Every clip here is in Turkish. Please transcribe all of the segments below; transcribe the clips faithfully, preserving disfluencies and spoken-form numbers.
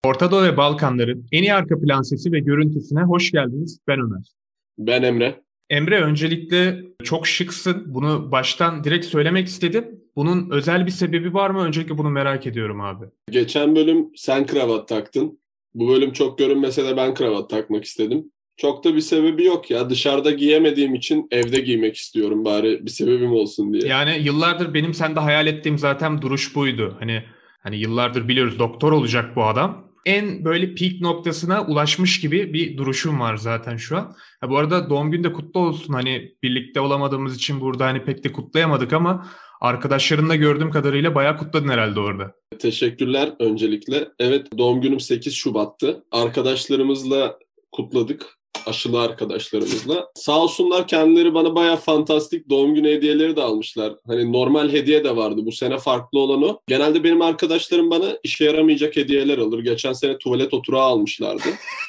Orta Doğu ve Balkanların en iyi arka plan sesi ve görüntüsüne hoş geldiniz. Ben Ömer. Ben Emre. Emre, öncelikle çok şıksın. Bunu baştan direkt söylemek istedim. Bunun özel bir sebebi var mı? Öncelikle bunu merak ediyorum abi. Geçen bölüm sen kravat taktın. Bu bölüm çok görünmese de ben kravat takmak istedim. Çok da bir sebebi yok ya. Dışarıda giyemediğim için evde giymek istiyorum bari bir sebebim olsun diye. Yani yıllardır benim sende hayal ettiğim zaten duruş buydu. Hani hani yıllardır biliyoruz doktor olacak bu adam. En böyle peak noktasına ulaşmış gibi bir duruşum var zaten şu an. Ha, bu arada doğum günü de kutlu olsun. Hani birlikte olamadığımız için burada hani pek de kutlayamadık ama arkadaşlarınla gördüğüm kadarıyla bayağı kutladın herhalde orada. Teşekkürler öncelikle. Evet, doğum günüm sekiz Şubat'tı. Arkadaşlarımızla kutladık. Aşılı arkadaşlarımızla. Sağ olsunlar, kendileri bana bayağı fantastik doğum günü hediyeleri de almışlar. Hani normal hediye de vardı. Bu sene farklı olan o. Genelde benim arkadaşlarım bana işe yaramayacak hediyeler alır. Geçen sene tuvalet oturağı almışlardı.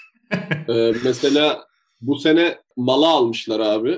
Ee, mesela bu sene mala almışlar abi.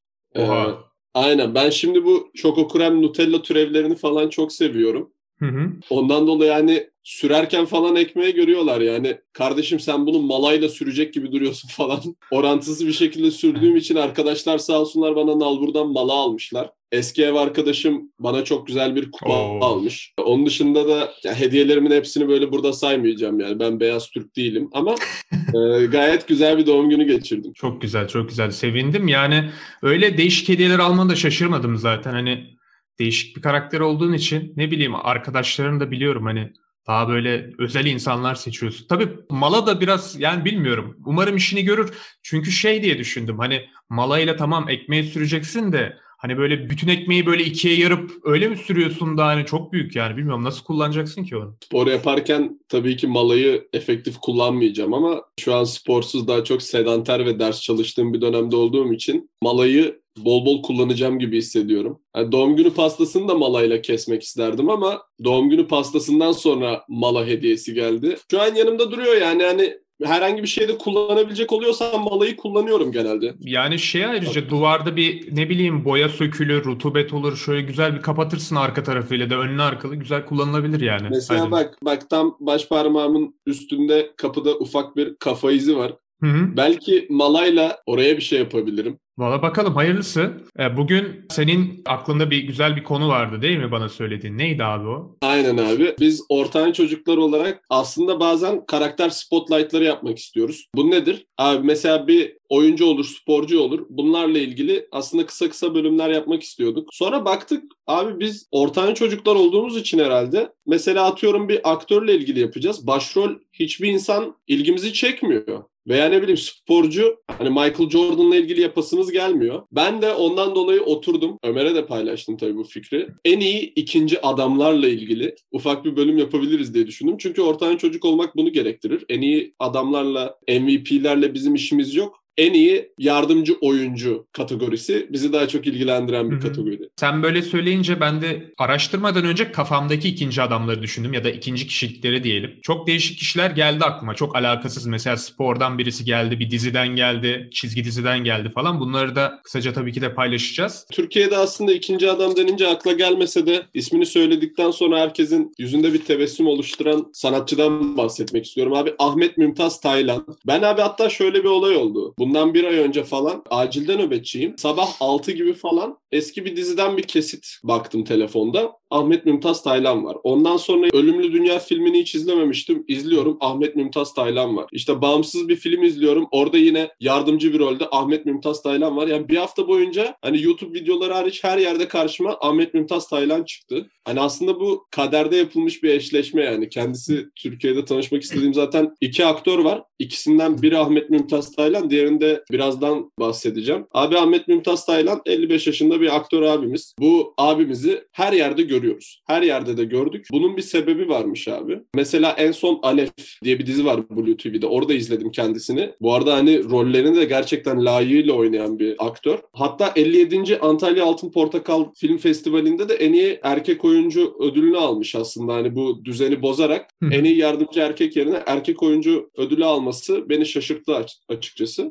Ee, Oha. aynen. Ben şimdi bu Choco Krem Nutella türevlerini falan çok seviyorum. Hı hı. Ondan dolayı yani sürerken falan ekmeğe görüyorlar yani. Kardeşim sen bunu malayla sürecek gibi duruyorsun falan. Orantısız bir şekilde sürdüğüm için arkadaşlar sağ olsunlar bana nalburdan mala almışlar. Eski ev arkadaşım bana çok güzel bir kupa Oo. almış. Onun dışında da ya, hediyelerimin hepsini böyle burada saymayacağım yani. Ben beyaz Türk değilim ama e, gayet güzel bir doğum günü geçirdim. Çok güzel, çok güzel. Sevindim. Yani öyle değişik hediyeler almana da şaşırmadım zaten. Hani değişik bir karakter olduğun için ne bileyim arkadaşlarını da biliyorum hani daha böyle özel insanlar seçiyorsun. Tabii Mala da biraz yani bilmiyorum. Umarım işini görür. Çünkü şey diye düşündüm. Hani Mala ile tamam ekmeği süreceksin de hani böyle bütün ekmeği böyle ikiye yarıp öyle mi sürüyorsun da hani çok büyük yani bilmiyorum nasıl kullanacaksın ki onu. Spor yaparken tabii ki malayı efektif kullanmayacağım ama şu an sporsuz daha çok sedanter ve ders çalıştığım bir dönemde olduğum için malayı bol bol kullanacağım gibi hissediyorum. Yani doğum günü pastasını da malayla kesmek isterdim ama doğum günü pastasından sonra mala hediyesi geldi. Şu an yanımda duruyor yani hani herhangi bir şeyde kullanabilecek oluyorsam malayı kullanıyorum genelde. Yani şey ayrıca duvarda bir ne bileyim boya sökülür, rutubet olur. Şöyle güzel bir kapatırsın arka tarafıyla da önlü arkalı güzel kullanılabilir yani Mesela ayrıca. bak bak tam baş parmağımın üstünde kapıda ufak bir kafa izi var. Hı hı. Belki malayla oraya bir şey yapabilirim. Valla bakalım hayırlısı. E, Bugün senin aklında bir güzel bir konu vardı değil mi bana söylediğin? Neydi abi o? Aynen abi. Biz ortanca çocuklar olarak aslında bazen karakter spotlight'ları yapmak istiyoruz. Bu nedir? Abi mesela bir oyuncu olur, sporcu olur. Bunlarla ilgili aslında kısa kısa bölümler yapmak istiyorduk. Sonra baktık abi biz ortanca çocuklar olduğumuz için herhalde mesela atıyorum bir aktörle ilgili yapacağız. Başrol hiçbir insan ilgimizi çekmiyor. Veya ne bileyim sporcu hani Michael Jordan'la ilgili yapasımız gelmiyor. Ben de ondan dolayı oturdum. Ömer'e de paylaştım tabii bu fikri. En iyi ikinci adamlarla ilgili ufak bir bölüm yapabiliriz diye düşündüm. Çünkü ortanca çocuk olmak bunu gerektirir. En iyi adamlarla, M V P'lerle bizim işimiz yok. En iyi yardımcı oyuncu kategorisi bizi daha çok ilgilendiren Hı bir hı. kategori. Sen böyle söyleyince ben de araştırmadan önce kafamdaki ikinci adamları düşündüm ya da ikinci kişilikleri diyelim. Çok değişik kişiler geldi aklıma. Çok alakasız mesela spordan birisi geldi, bir diziden geldi, çizgi diziden geldi falan. Bunları da kısaca tabii ki de paylaşacağız. Türkiye'de aslında ikinci adam denince akla gelmese de ismini söyledikten sonra herkesin yüzünde bir tebessüm oluşturan sanatçıdan bahsetmek istiyorum. Abi Ahmet Mümtaz Taylan. Ben abi hatta şöyle bir olay oldu. Bundan bir ay önce falan acilde nöbetçiyim. Sabah altı gibi falan eski bir diziden bir kesit baktım telefonda. Ahmet Mümtaz Taylan var. Ondan sonra Ölümlü Dünya filmini hiç izlememiştim. İzliyorum, Ahmet Mümtaz Taylan var. İşte bağımsız bir film izliyorum. Orada yine yardımcı bir rolde Ahmet Mümtaz Taylan var. Yani bir hafta boyunca hani YouTube videoları hariç her yerde karşıma Ahmet Mümtaz Taylan çıktı. Hani aslında bu kaderde yapılmış bir eşleşme yani. Kendisi Türkiye'de tanışmak istediğim zaten iki aktör var. İkisinden biri Ahmet Mümtaz Taylan, diğerinde birazdan bahsedeceğim. Abi Ahmet Mümtaz Taylan elli beş yaşında bir aktör abimiz. Bu abimizi her yerde görüyoruz. Her yerde de gördük. Bunun bir sebebi varmış abi. Mesela en son Alef diye bir dizi var Blue T V'de. Orada izledim kendisini. Bu arada hani rollerini de gerçekten layığıyla oynayan bir aktör. Hatta elli yedinci Antalya Altın Portakal Film Festivali'nde de en iyi erkek oyuncu ödülünü almış aslında. Hani bu düzeni bozarak Hı en hı. iyi yardımcı erkek yerine erkek oyuncu ödülü alması beni şaşırttı açıkçası.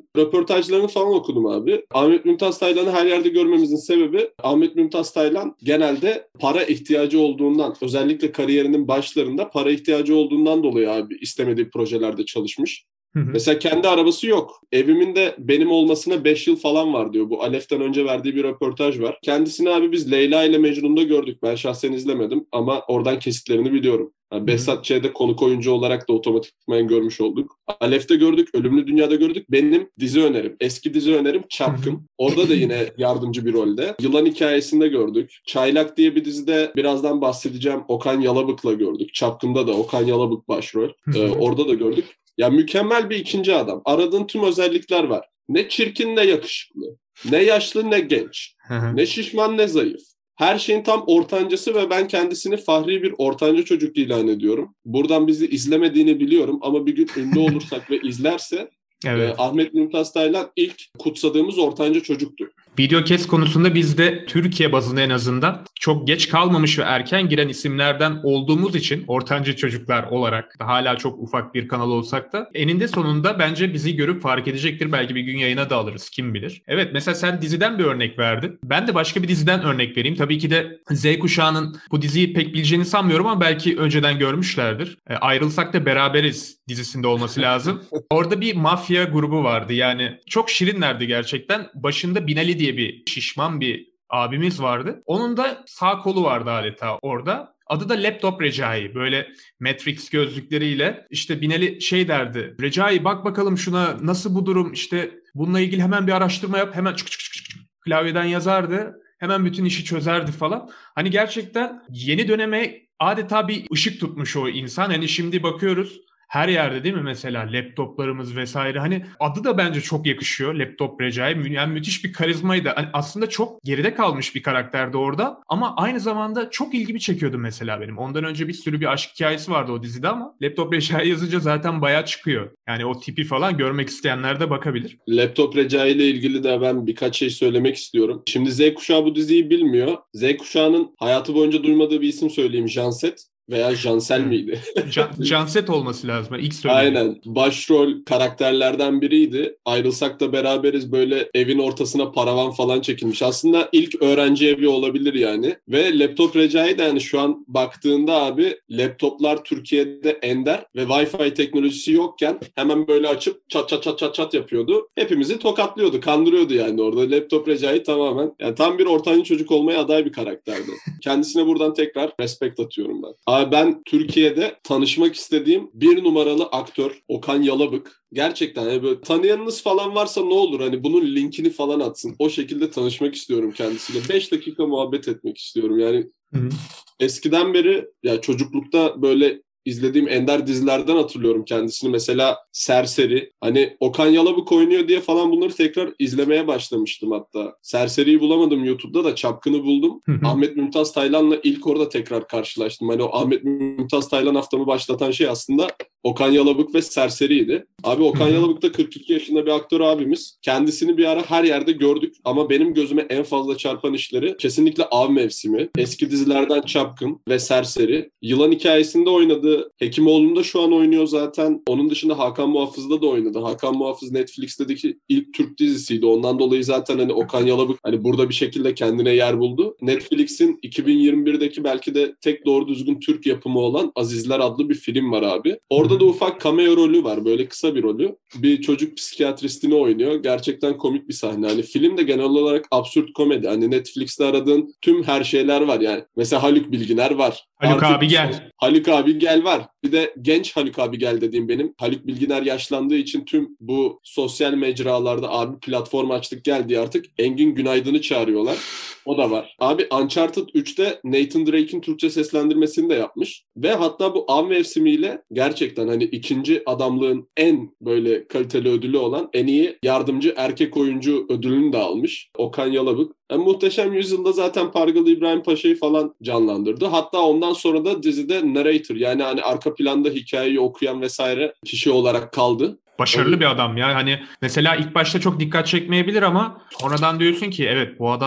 Röportajlarını falan okudum abi. Ahmet Mümtaz Taylan'ı her yerde görmemizin sebebi Ahmet Mümtaz Taylan genelde para ihtiyacı olduğundan, özellikle kariyerinin başlarında para ihtiyacı olduğundan dolayı abi istemediği projelerde çalışmış. Hı hı. Mesela kendi arabası yok. Evimin de benim olmasına beş yıl falan var diyor. Bu Alef'ten önce verdiği bir röportaj var. Kendisini abi biz Leyla ile Mecnun'da gördük. Ben şahsen izlemedim ama oradan kesitlerini biliyorum. Yani Behzat Ç'de konuk oyuncu olarak da otomatikman görmüş olduk. Alef'te gördük, Ölümlü Dünya'da gördük. Benim dizi önerim, eski dizi önerim Çapkın. Orada da yine yardımcı bir rolde. Yılan Hikayesi'nde gördük. Çaylak diye bir dizide birazdan bahsedeceğim. Okan Yalabık'la gördük. Çapkın'da da Okan Yalabık başrol. Ee, orada da gördük. Ya mükemmel bir ikinci adam. Aradığın tüm özellikler var. Ne çirkin ne yakışıklı. Ne yaşlı ne genç. Ne şişman ne zayıf. Her şeyin tam ortancası ve ben kendisini fahri bir ortanca çocuk ilan ediyorum. Buradan bizi izlemediğini biliyorum ama bir gün ünlü olursak ve izlerse evet. e, Ahmet Mümtaz Taylan ilk kutsadığımız ortanca çocuktu. Videocast konusunda biz de Türkiye bazında en azından çok geç kalmamış ve erken giren isimlerden olduğumuz için ortanca çocuklar olarak da hala çok ufak bir kanal olsak da eninde sonunda bence bizi görüp fark edecektir. Belki bir gün yayına da alırız, kim bilir. Evet, mesela sen diziden bir örnek verdin. Ben de başka bir diziden örnek vereyim. Tabii ki de Z kuşağının bu diziyi pek bileceğini sanmıyorum ama belki önceden görmüşlerdir. E, Ayrılsak da Beraberiz dizisinde olması lazım. Orada bir mafya grubu vardı. Yani çok şirinlerdi gerçekten. Başında Binali diye bir şişman bir abimiz vardı. Onun da sağ kolu vardı adeta orada. Adı da Laptop Recai. Böyle Matrix gözlükleriyle işte Binali şey derdi. Recai bak bakalım şuna, nasıl bu durum, işte bununla ilgili hemen bir araştırma yap. Hemen çık çık çık çık klavyeden yazardı. Hemen bütün işi çözerdi falan. Hani gerçekten yeni döneme adeta bir ışık tutmuş o insan. Hani şimdi bakıyoruz her yerde değil mi mesela laptoplarımız vesaire. Hani adı da bence çok yakışıyor, Laptop Recai. Yani müthiş bir karizmaydı. Hani aslında çok geride kalmış bir karakterdi orada. Ama aynı zamanda çok ilgimi çekiyordu mesela benim. Ondan önce bir sürü bir aşk hikayesi vardı o dizide ama Laptop Recai yazınca zaten bayağı çıkıyor. Yani o tipi falan görmek isteyenler de bakabilir. Laptop Recai ile ilgili de ben birkaç şey söylemek istiyorum. Şimdi Z kuşağı bu diziyi bilmiyor. Z kuşağının hayatı boyunca duymadığı bir isim söyleyeyim. Janset. Veya Jansel miydi? Can, Janset olması lazım. İlk söylediğim. Aynen. Başrol karakterlerden biriydi. Ayrılsak da Beraberiz böyle evin ortasına paravan falan çekilmiş. Aslında ilk öğrenci evi olabilir yani. Ve Laptop Recai de yani şu an baktığında abi laptoplar Türkiye'de ender ve Wi-Fi teknolojisi yokken hemen böyle açıp çat çat çat çat çat yapıyordu. Hepimizi tokatlıyordu, kandırıyordu yani orada. Laptop Recai tamamen yani tam bir ortancı çocuk olmaya aday bir karakterdi. Kendisine buradan tekrar respekt atıyorum ben. Abi ben Türkiye'de tanışmak istediğim bir numaralı aktör Okan Yalabık. Gerçekten hani böyle tanıyanınız falan varsa ne olur hani bunun linkini falan atsın. O şekilde tanışmak istiyorum kendisiyle. beş dakika muhabbet etmek istiyorum yani. Hı-hı. Eskiden beri ya çocuklukta böyle izlediğim ender dizilerden hatırlıyorum kendisini. Mesela Serseri. Hani Okan Yalabık oynuyor diye falan bunları tekrar izlemeye başlamıştım hatta. Serseri'yi bulamadım YouTube'da da Çapkın'ı buldum. Hı hı. Ahmet Mümtaz Taylan'la ilk orada tekrar karşılaştım. Hani o Ahmet Mümtaz Taylan haftamı başlatan şey aslında Okan Yalabık ve Serseri'ydi. Abi Okan hı hı. Yalabık da kırk iki yaşında bir aktör abimiz. Kendisini bir ara her yerde gördük ama benim gözüme en fazla çarpan işleri kesinlikle Av Mevsimi, eski dizilerden Çapkın ve Serseri. Yılan Hikayesi'nde oynadığı Hekimoğlu'nda şu an oynuyor zaten. Onun dışında Hakan Muhafız'da da oynadı. Hakan Muhafız Netflix'teki ilk Türk dizisiydi. Ondan dolayı zaten hani Okan Yalabık hani burada bir şekilde kendine yer buldu. Netflix'in iki bin yirmi birdeki belki de tek doğru düzgün Türk yapımı olan Azizler adlı bir film var abi. Orada da ufak cameo rolü var. Böyle kısa bir rolü. Bir çocuk psikiyatristini oynuyor. Gerçekten komik bir sahne. Hani film de genel olarak absürt komedi. Hani Netflix'te aradığın tüm her şeyler var yani. Mesela Haluk Bilginer var. Haluk Artık abi gel. Haluk abi gel var. Bir de genç Haluk abi gel dediğim benim. Haluk Bilginer yaşlandığı için tüm bu sosyal mecralarda abi platform açtık geldi artık. Engin Günaydın'ı çağırıyorlar. O da var. Abi Uncharted üçte Nathan Drake'in Türkçe seslendirmesini de yapmış. Ve hatta bu Av Mevsimi'yle gerçekten hani ikinci adamlığın en böyle kaliteli ödülü olan en iyi yardımcı erkek oyuncu ödülünü de almış. Okan Yalabık. Yani Muhteşem Yüzyıl'da zaten Pargalı İbrahim Paşa'yı falan canlandırdı. Hatta ondan sonra da dizide narrator yani hani arka planda hikayeyi okuyan vesaire kişi olarak kaldı. Başarılı evet. bir adam ya. Hani mesela ilk başta çok dikkat çekmeyebilir ama sonradan diyorsun ki evet bu adam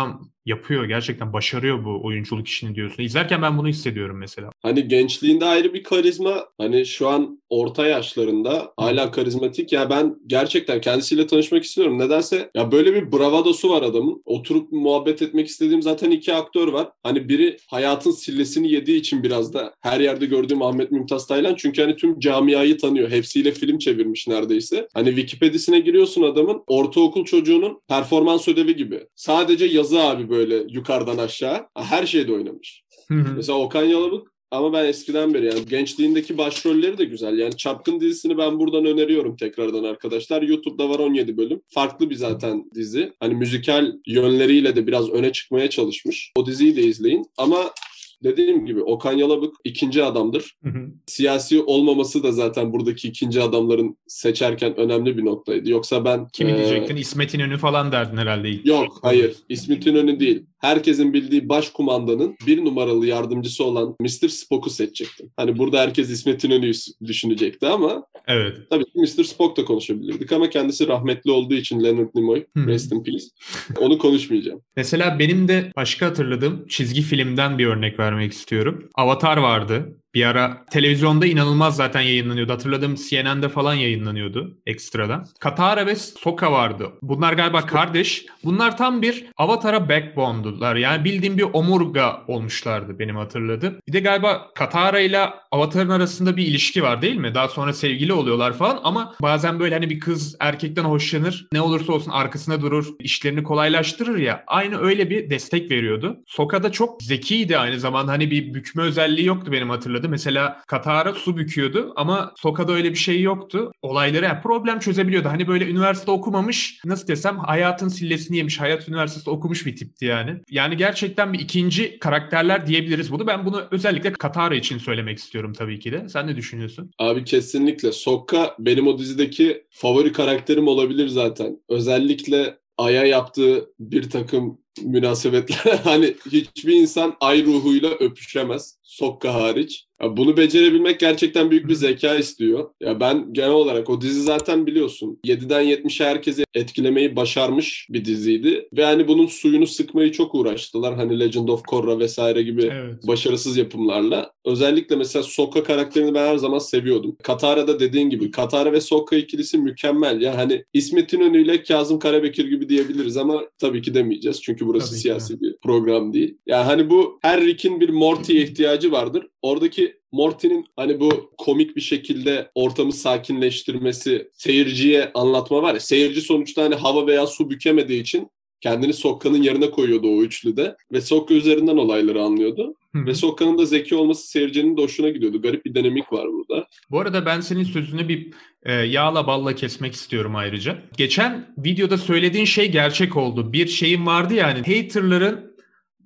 yapıyor. Gerçekten başarıyor bu oyunculuk işini diyorsun. İzlerken ben bunu hissediyorum mesela. Hani gençliğinde ayrı bir karizma. Hani şu an orta yaşlarında hala karizmatik. Ya ben gerçekten kendisiyle tanışmak istiyorum. Nedense ya böyle bir bravadosu var adamın. Oturup muhabbet etmek istediğim zaten iki aktör var. Hani biri hayatın sillesini yediği için biraz da her yerde gördüğüm Ahmet Mümtaz Taylan. Çünkü hani tüm camiayı tanıyor. Hepsiyle film çevirmiş neredeyse. Hani Wikipedia'sine giriyorsun adamın. Ortaokul çocuğunun performans ödevi gibi. Sadece yazı abi böyle yukarıdan aşağı. Her şeyde oynamış. Hı hı. Mesela Okan Yalabık ama ben eskiden beri yani gençliğindeki başrolleri de güzel. Yani Çapkın dizisini ben buradan öneriyorum tekrardan arkadaşlar. YouTube'da var on yedi bölüm. Farklı bir zaten dizi. Hani müzikal yönleriyle de biraz öne çıkmaya çalışmış. O diziyi de izleyin. Ama dediğim gibi Okan Yalabık ikinci adamdır. Hı hı. Siyasi olmaması da zaten buradaki ikinci adamların seçerken önemli bir noktaydı. Yoksa ben... Kimi ee... diyecektin? İsmet İnönü falan derdin herhalde ilk. Yok, hayır. İsmet İnönü değil. Herkesin bildiği başkumandanın bir numaralı yardımcısı olan mister Spock'u seçecektim. Hani burada herkes İsmet İnönü'yü düşünecekti ama evet. Tabii ki mister Spock da konuşabilirdik ama kendisi rahmetli olduğu için Leonard Nimoy, hmm. rest in peace, onu konuşmayacağım. Mesela benim de başka hatırladığım çizgi filmden bir örnek vermek istiyorum. Avatar vardı. Bir ara televizyonda inanılmaz zaten yayınlanıyordu. Hatırladığım C N N'de falan yayınlanıyordu ekstradan. Katara ve Sokka vardı. Bunlar galiba kardeş. Bunlar tam bir Avatar'a backbone'dular. Yani bildiğim bir omurga olmuşlardı benim hatırladığım. Bir de galiba Katara ile Avatar'ın arasında bir ilişki var değil mi? Daha sonra sevgili oluyorlar falan ama bazen böyle hani bir kız erkekten hoşlanır. Ne olursa olsun arkasında durur. İşlerini kolaylaştırır ya. Aynı öyle bir destek veriyordu. Sokka da çok zekiydi aynı zamanda. Hani bir bükme özelliği yoktu benim hatırladığım. Mesela Katara su büküyordu ama Sokka'da öyle bir şey yoktu. Olayları yani problem çözebiliyordu. Hani böyle üniversite okumamış, nasıl desem hayatın sillesini yemiş, hayat üniversitesi okumuş bir tipti yani. Yani gerçekten bir ikinci karakterler diyebiliriz bunu. Ben bunu özellikle Katara için söylemek istiyorum tabii ki de. Sen ne düşünüyorsun? Abi kesinlikle. Sokka benim o dizideki favori karakterim olabilir zaten. Özellikle Ay'a yaptığı bir takım münasebetler hani hiçbir insan ay ruhuyla öpüşemez. Sokka hariç. Ya bunu becerebilmek gerçekten büyük bir zeka istiyor. Ya ben genel olarak o dizi zaten biliyorsun yediden yetmişe herkesi etkilemeyi başarmış bir diziydi. Ve hani bunun suyunu sıkmayı çok uğraştılar. Hani Legend of Korra vesaire gibi evet. başarısız yapımlarla. Özellikle mesela Sokka karakterini ben her zaman seviyordum. Katara'da dediğin gibi Katara ve Sokka ikilisi mükemmel. Ya hani İsmet İnönü ile Kazım Karabekir gibi diyebiliriz ama tabii ki demeyeceğiz. Çünkü burası tabii siyasi ki. bir program değil. Ya yani hani bu her Rick'in bir Morty'ye ihtiyacı vardır. Oradaki Morty'nin hani bu komik bir şekilde ortamı sakinleştirmesi, seyirciye anlatma var ya. Seyirci sonuçta hani hava veya su bükemediği için kendini Sokka'nın yerine koyuyordu o üçlüde. Ve Sokka üzerinden olayları anlıyordu. Hı-hı. Ve Sokka'nın da zeki olması seyircinin de hoşuna gidiyordu. Garip bir dinamik var burada. Bu arada ben senin sözünü bir e, yağla balla kesmek istiyorum ayrıca. Geçen videoda söylediğin şey gerçek oldu. Bir şeyin vardı ya hani haterların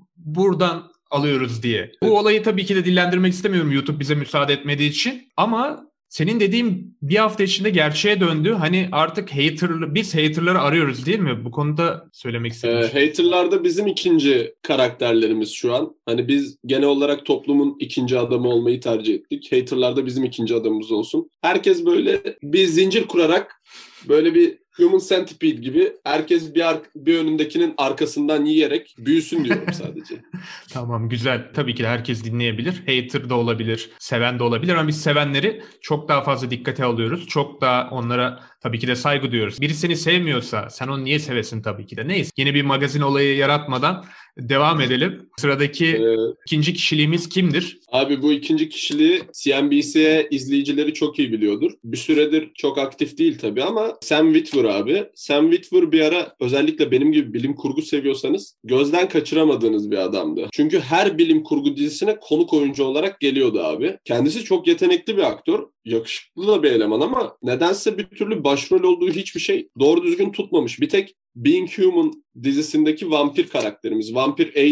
buradan alıyoruz diye. Bu olayı tabii ki de dillendirmek istemiyorum YouTube bize müsaade etmediği için. Ama senin dediğin bir hafta içinde gerçeğe döndü. Hani artık hater, biz haterları arıyoruz değil mi? Bu konuda söylemek istedim. Ee, haterlar da bizim ikinci karakterlerimiz şu an. Hani biz genel olarak toplumun ikinci adamı olmayı tercih ettik. Haterlar da bizim ikinci adamımız olsun. Herkes böyle bir zincir kurarak böyle bir Human Centipede gibi herkes bir, ar- bir önündekinin arkasından yiyerek büyüsün diyorum sadece. Tamam güzel. Tabii ki de herkes dinleyebilir. Hater da olabilir, seven de olabilir ama biz sevenleri çok daha fazla dikkate alıyoruz. Çok daha onlara tabii ki de saygı duyuyoruz. Biri seni sevmiyorsa sen onu niye sevesin tabii ki de. Neyse yeni bir magazin olayı yaratmadan devam edelim. Sıradaki ee, ikinci kişiliğimiz kimdir? Abi bu ikinci kişiliği C N B C izleyicileri çok iyi biliyordur. Bir süredir çok aktif değil tabii ama Sam Witwer abi. Sam Witwer bir ara özellikle benim gibi bilim kurgu seviyorsanız gözden kaçıramadığınız bir adamdı. Çünkü her bilim kurgu dizisine konuk oyuncu olarak geliyordu abi. Kendisi çok yetenekli bir aktör. Yakışıklı da bir eleman ama nedense bir türlü başrol olduğu hiçbir şey doğru düzgün tutmamış. Bir tek Being Human dizisindeki vampir karakterimiz, Vampir Aiden.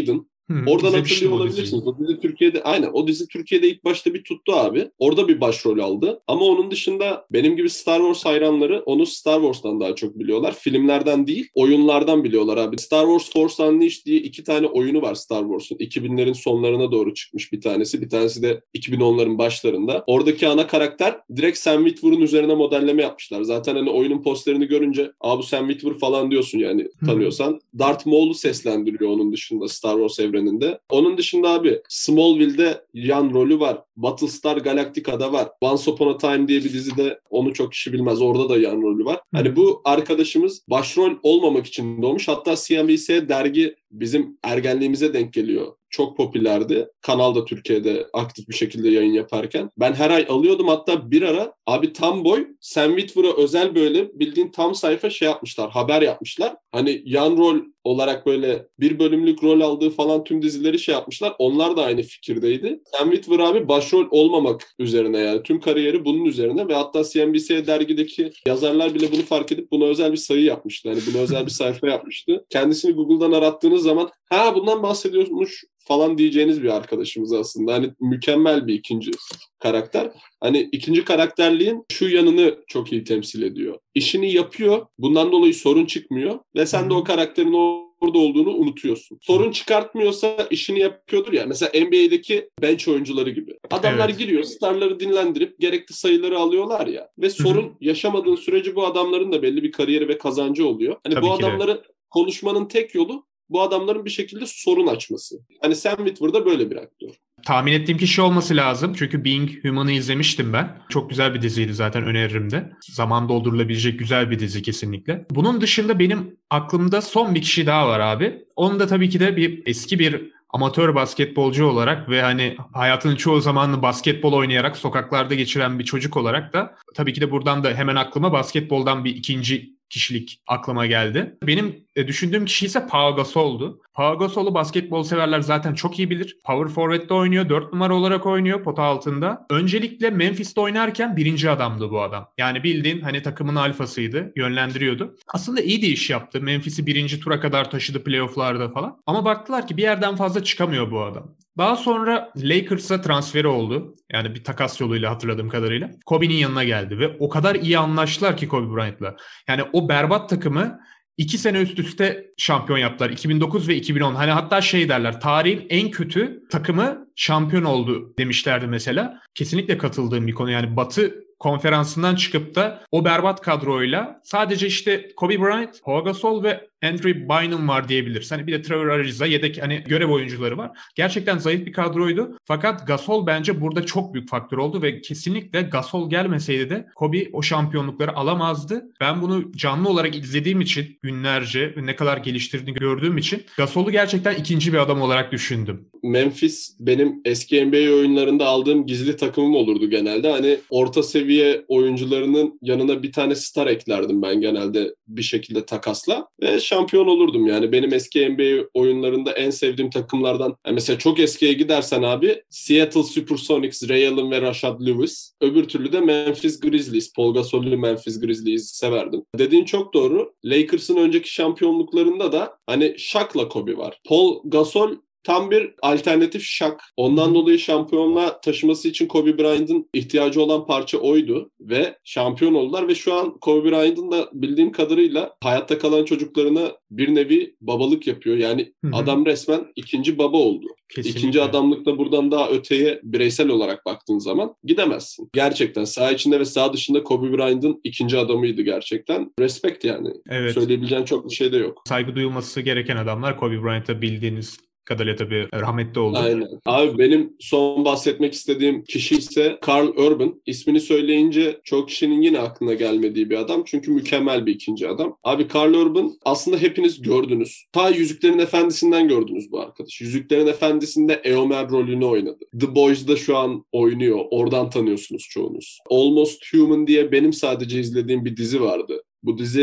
Hı, Oradan izlemiştim hatırlıyor o diziyi. olabilirsiniz. O dizi Türkiye'de, aynen o dizi Türkiye'de ilk başta bir tuttu abi. Orada bir başrol aldı. Ama onun dışında benim gibi Star Wars hayranları onu Star Wars'tan daha çok biliyorlar. Filmlerden değil, oyunlardan biliyorlar abi. Star Wars Force Unleashed diye iki tane oyunu var Star Wars'un. iki binlerin sonlarına doğru çıkmış bir tanesi. Bir tanesi de iki bin onların başlarında. Oradaki ana karakter direkt Sam Witwer'ın üzerine modelleme yapmışlar. Zaten hani oyunun posterini görünce "Aa, bu Sam Witwer" falan diyorsun yani tanıyorsan. Darth Maul'u seslendiriyor onun dışında Star Wars evreninde. Onun dışında abi Smallville'de yan rolü var. Battlestar Galactica'da var. Once Upon a Time diye bir dizide, onu çok kişi bilmez, orada da yan rolü var. Hani bu arkadaşımız başrol olmamak için doğmuş. Hatta C N B C dergi bizim ergenliğimize denk geliyor. Çok popülerdi. Kanal da Türkiye'de aktif bir şekilde yayın yaparken. Ben her ay alıyordum, hatta bir ara abi tam boy Sam Witwer'a özel böyle bildiğin tam sayfa şey yapmışlar. Haber yapmışlar. Hani yan rol olarak böyle bir bölümlük rol aldığı falan tüm dizileri şey yapmışlar. Onlar da aynı fikirdeydi. Sam Witwer abi başrol olmamak üzerine, yani tüm kariyeri bunun üzerine ve hatta C N B C dergideki yazarlar bile bunu fark edip buna özel bir sayı yapmıştı. Yani buna özel bir sayfa yapmıştı. Kendisini Google'dan arattığınız zaman ha bundan bahsediyormuş falan diyeceğiniz bir arkadaşımız aslında. Hani mükemmel bir ikinci karakter. Hani ikinci karakterliğin şu yanını çok iyi temsil ediyor. İşini yapıyor. Bundan dolayı sorun çıkmıyor. Ve sen de o karakterin orada olduğunu unutuyorsun. Sorun çıkartmıyorsa işini yapıyordur ya. Mesela N B A'deki bench oyuncuları gibi. Adamlar Evet. giriyor, starları dinlendirip gerekli sayıları alıyorlar ya. Ve sorun yaşamadığın sürece bu adamların da belli bir kariyeri ve kazancı oluyor. Hani Tabii bu ki de. adamları konuşmanın tek yolu bu adamların bir şekilde sorun açması. Hani Sam Witwer da böyle bir aktör. Tahmin ettiğim kişi olması lazım. Çünkü Being Human'ı izlemiştim ben. Çok güzel bir diziydi, zaten öneririm de. Zaman doldurulabilecek güzel bir dizi kesinlikle. Bunun dışında benim aklımda son bir kişi daha var abi. Onun da tabii ki de bir eski bir amatör basketbolcu olarak ve hani hayatının çoğu zamanını basketbol oynayarak sokaklarda geçiren bir çocuk olarak da tabii ki de buradan da hemen aklıma basketboldan bir ikinci kişilik aklıma geldi. Benim e, düşündüğüm kişi ise Pau Gasol'du. Pau Gasol'u basketbol severler zaten çok iyi bilir. Power forward'de oynuyor, dört numara olarak oynuyor pota altında. Öncelikle Memphis'te oynarken birinci adamdı bu adam. Yani bildiğin hani takımın alfasıydı, yönlendiriyordu. Aslında iyi de iş yaptı. Memphis'i birinci tura kadar taşıdı playoff'larda falan. Ama baktılar ki bir yerden fazla çıkamıyor bu adam. Daha sonra Lakers'a transferi oldu. Yani bir takas yoluyla hatırladığım kadarıyla. Kobe'nin yanına geldi ve o kadar iyi anlaştılar ki Kobe Bryant'la. Yani o berbat takımı iki sene üst üste şampiyon yaptılar. iki bin dokuz ve iki bin on. Hani hatta şey derler, tarihin en kötü takımı şampiyon oldu demişlerdi mesela. Kesinlikle katıldığım bir konu. Yani Batı konferansından çıkıp da o berbat kadroyla sadece işte Kobe Bryant, Pau Gasol ve Andrew Bynum var diyebiliriz. Hani bir de Trevor Ariza yedek hani görev oyuncuları var. Gerçekten zayıf bir kadroydu. Fakat Gasol bence burada çok büyük faktör oldu ve kesinlikle Gasol gelmeseydi de Kobe o şampiyonlukları alamazdı. Ben bunu canlı olarak izlediğim için günlerce ne kadar geliştirdiğini gördüğüm için Gasol'u gerçekten ikinci bir adam olarak düşündüm. Memphis benim eski N B A oyunlarında aldığım gizli takımım olurdu genelde. Hani orta seviye oyuncularının yanına bir tane star eklerdim ben genelde bir şekilde takasla ve şampiyon olurdum yani. Benim eski N B A oyunlarında en sevdiğim takımlardan, yani mesela çok eskiye gidersen abi Seattle Supersonics, Ray Allen ve Rashad Lewis. Öbür türlü de Memphis Grizzlies, Paul Gasol'lu Memphis Grizzlies'i severdim. Dediğin çok doğru. Lakers'ın önceki şampiyonluklarında da hani Shaq'la Kobe var. Paul Gasol tam bir alternatif Shaq. Ondan dolayı şampiyonluğa taşıması için Kobe Bryant'ın ihtiyacı olan parça oydu ve şampiyon oldular ve şu an Kobe Bryant'ın da bildiğim kadarıyla hayatta kalan çocuklarına bir nevi babalık yapıyor. Yani Hı hı. adam resmen ikinci baba oldu. Kesinlikle. İkinci adamlıkta buradan daha öteye bireysel olarak baktığın zaman gidemezsin. Gerçekten saha içinde ve saha dışında Kobe Bryant'ın ikinci adamıydı gerçekten. Respect yani. Evet. Söyleyebileceğin çok bir şey de yok. Saygı duyulması gereken adamlar. Kobe Bryant'a bildiğiniz kadarıyla tabii rahmetli oldu. Aynen. Abi benim son bahsetmek istediğim kişi ise Karl Urban. İsmini söyleyince çok kişinin yine aklına gelmediği bir adam. Çünkü mükemmel bir ikinci adam. Abi Karl Urban aslında hepiniz gördünüz. Ta Yüzüklerin Efendisi'nden gördünüz bu arkadaş. Yüzüklerin Efendisi'nde Eomer rolünü oynadı. The Boys'da şu an oynuyor. Oradan tanıyorsunuz çoğunuz. Almost Human diye benim sadece izlediğim bir dizi vardı. Bu dizi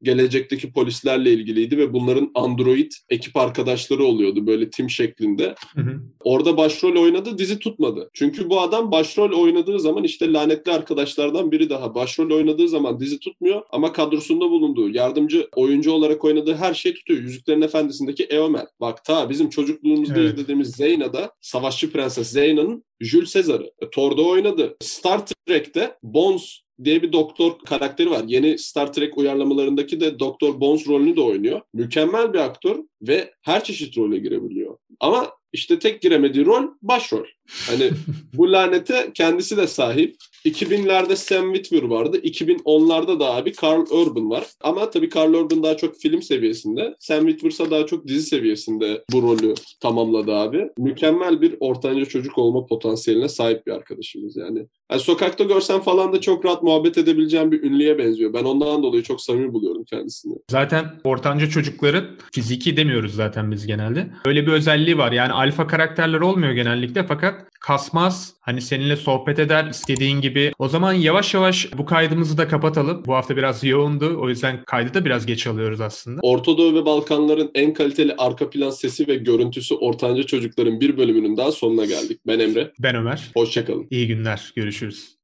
gelecekteki polislerle ilgiliydi ve bunların android ekip arkadaşları oluyordu böyle tim şeklinde. Hı hı. Orada başrol oynadı, dizi tutmadı. Çünkü bu adam başrol oynadığı zaman işte lanetli arkadaşlardan biri daha. Başrol oynadığı zaman dizi tutmuyor ama kadrosunda bulunduğu, yardımcı oyuncu olarak oynadığı her şey tutuyor. Yüzüklerin Efendisi'ndeki Eomer. Bak ta bizim çocukluğumuzda Evet. izlediğimiz Zeyna'da Savaşçı Prenses Zeyna'nın Jules Caesar'ı. E, Thor'da oynadı. Star Trek'te Bones diye bir doktor karakteri var. Yeni Star Trek uyarlamalarındaki de Doktor Bones rolünü de oynuyor. Mükemmel bir aktör ve her çeşit role girebiliyor. Ama işte tek giremediği rol başrol. Hani bu lanete kendisi de sahip. iki binlerde Sam Witwer vardı. iki bin onlarda da abi Karl Urban var. Ama tabii Karl Urban daha çok film seviyesinde. Sam Witwer ise daha çok dizi seviyesinde bu rolü tamamladı abi. Mükemmel bir ortanca çocuk olma potansiyeline sahip bir arkadaşımız yani. Yani sokakta görsen falan da çok rahat muhabbet edebileceğim bir ünlüye benziyor. Ben ondan dolayı çok samimi buluyorum kendisini. Zaten ortanca çocukların fiziki demiyoruz zaten biz genelde. Öyle bir özelliği var. Yani alfa karakterler olmuyor genellikle fakat kasmaz. Hani seninle sohbet eder istediğin gibi. O zaman yavaş yavaş bu kaydımızı da kapatalım. Bu hafta biraz yoğundu. O yüzden kaydı da biraz geç alıyoruz aslında. Orta Doğu ve Balkanların en kaliteli arka plan sesi ve görüntüsü ortanca çocukların bir bölümünün daha sonuna geldik. Ben Emre. Ben Ömer. Hoşçakalın. İyi günler. Görüşürüz.